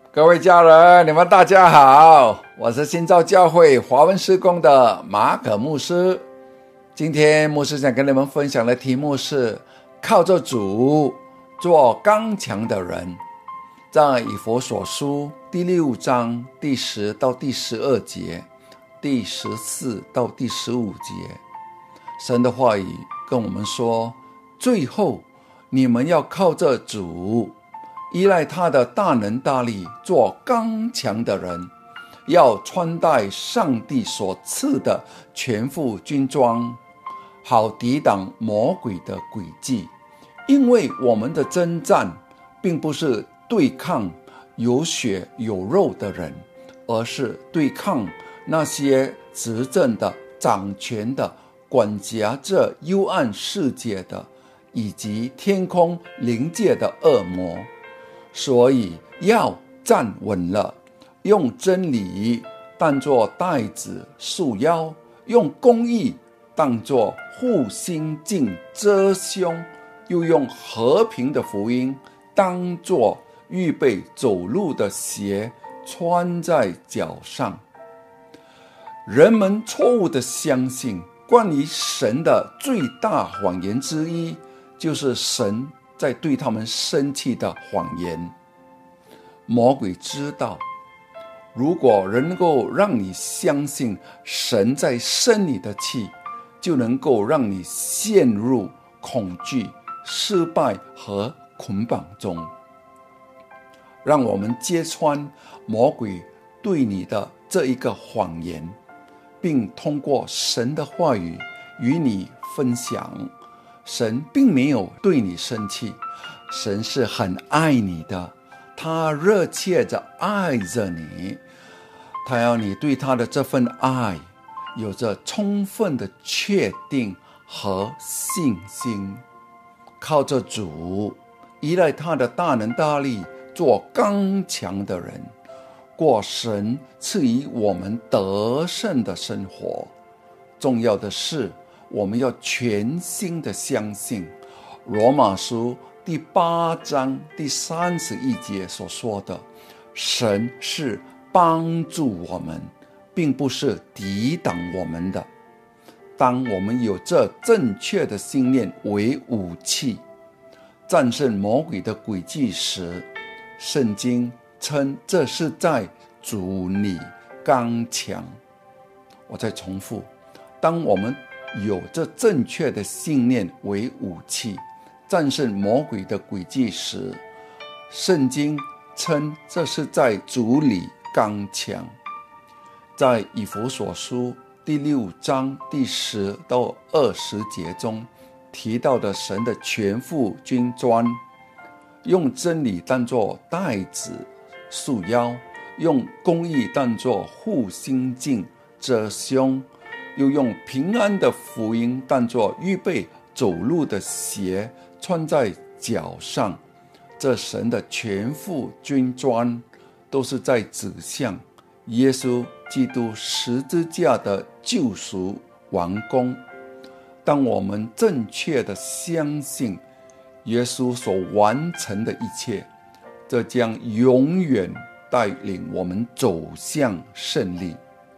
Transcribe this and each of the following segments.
各位家人，你们大家好，我是新造教会华文事工的马可牧师。今天牧师想跟你们分享的题目是靠着主做刚强的人。在以弗所书第6章第10到第12节，第14到第15节，神的话语跟我们说，最后你们要靠着主，依赖他的大能大力，做刚强的人，要穿戴上帝所赐的全副军装，好抵挡魔鬼的诡计。因为我们的征战并不是对抗有血有肉的人，而是对抗那些执政的、掌权的、管辖着幽暗世界的，以及天空灵界的恶魔。所以要站稳了，用真理当作带子束腰，用公义当作护心镜遮胸，又用和平的福音当作预备走路的鞋穿在脚上。人们错误地相信，关于神的最大谎言之一，就是神在对他们生气的谎言。魔鬼知道，如果能够让你相信神在生你的气，就能够让你陷入恐惧、失败和捆绑中。让我们揭穿魔鬼对你的这一个谎言，并通过神的话语与你分享。神并没有对你生气，神是很爱你的，他热切地爱着你，他要你对他的这份爱有着充分的确定和信心。靠着主，依赖他的大能大力，做刚强的人，过神赐予我们得胜的生活。重要的是，我们要全心的相信罗马书第8章第31节所说的，神是帮助我们，并不是抵挡我们的。当我们有这正确的信念为武器，战胜魔鬼的诡计时，圣经称这是在主里刚强。我再重复，当我们有这正确的信念为武器，战胜魔鬼的诡计时，圣经称这是在主里刚强。在以弗所书第6章第10到20节中提到的神的全副军装，用真理当作带子束腰，用公义当作护心镜遮胸，又用平安的福音当作预备走路的鞋穿在脚上。这神的全副军装都是在指向耶稣基督十字架的救赎完工。当我们正确的相信耶稣所完成的一切，这将永远带领我们走向胜利。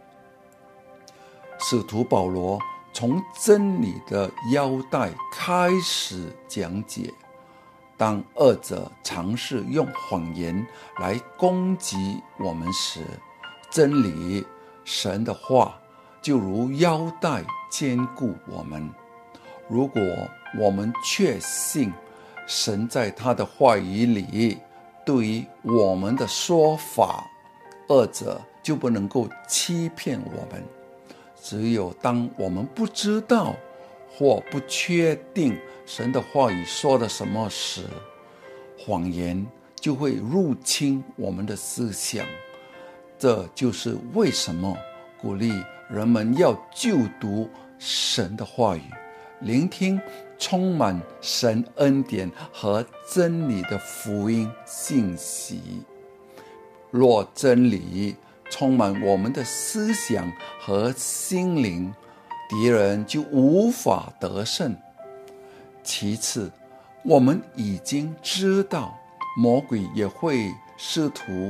使徒保罗从真理的腰带开始讲解，当恶者尝试用谎言来攻击我们时，真理神的话就如腰带坚固我们。如果我们确信神在他的话语里对于我们的说法，恶者就不能够欺骗我们。只有当我们不知道或不确定神的话语说了什么时，谎言就会入侵我们的思想。这就是为什么鼓励人们要就读神的话语，聆听充满神恩典和真理的福音信息。若真理充满我们的思想和心灵，敌人就无法得胜。其次，我们已经知道魔鬼也会试图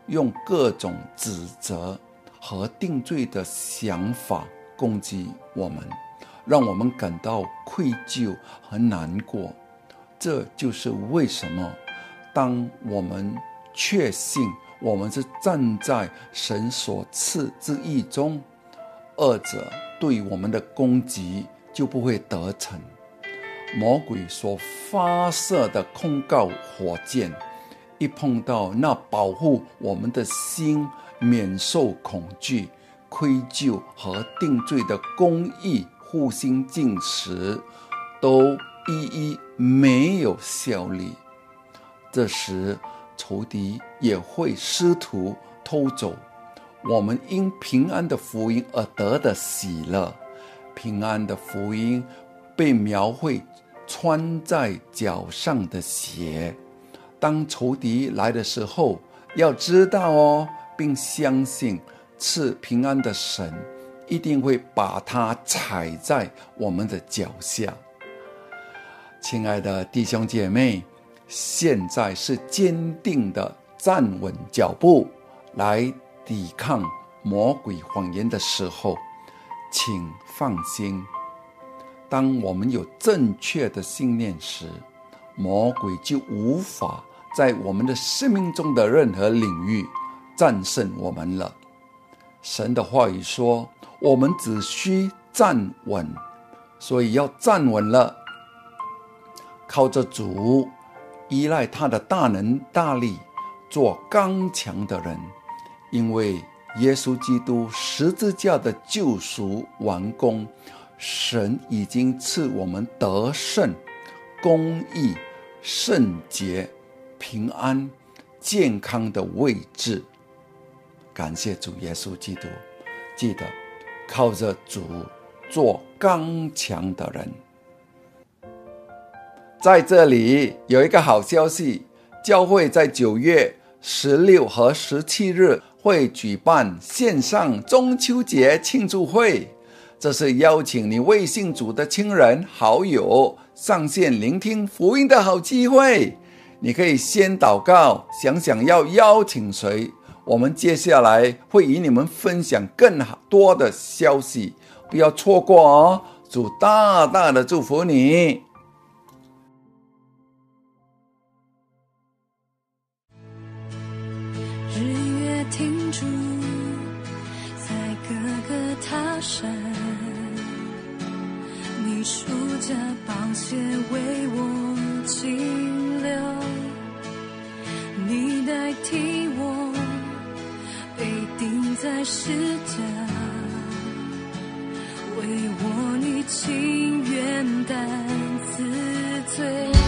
用各种指责和定罪的想法攻击我们，让我们感到愧疚和难过。这就是为什么当我们确信我们是站在神所赐之义中，恶者对我们的攻击就不会得逞。魔鬼所发射的控告火箭，一碰到那保护我们的心免受恐惧、愧疚和定罪的公义护心镜时，都一一没有效力。这时仇敌也会试图偷走我们因平安的福音而得的喜乐。平安的福音被描绘穿在脚上的鞋。当仇敌来的时候，要知道并相信赐平安的神一定会把它踩在我们的脚下。亲爱的弟兄姐妹，现在是坚定的站稳脚步来抵抗魔鬼谎言的时候。请放心，当我们有正确的信念时，魔鬼就无法在我们的生命中的任何领域战胜我们了。神的话语说，我们只需站稳，所以要站稳了，靠着主，依赖他的大能大力，做刚强的人。因为耶稣基督十字架的救赎完工，神已经赐我们得胜、公义、圣洁、平安、健康的位置。感谢主耶稣基督，记得靠着主做刚强的人。在这里有一个好消息，教会在9月16和17日会举办线上中秋节庆祝会，这是邀请你未信主的亲人好友上线聆听福音的好机会。你可以先祷告，想要邀请谁，我们接下来会与你们分享更多的消息，不要错过哦。主大大的祝福你。 日月停驻在各个他山，你束着宝血为我清流，你代替我被钉在十架，为我你情愿担自罪。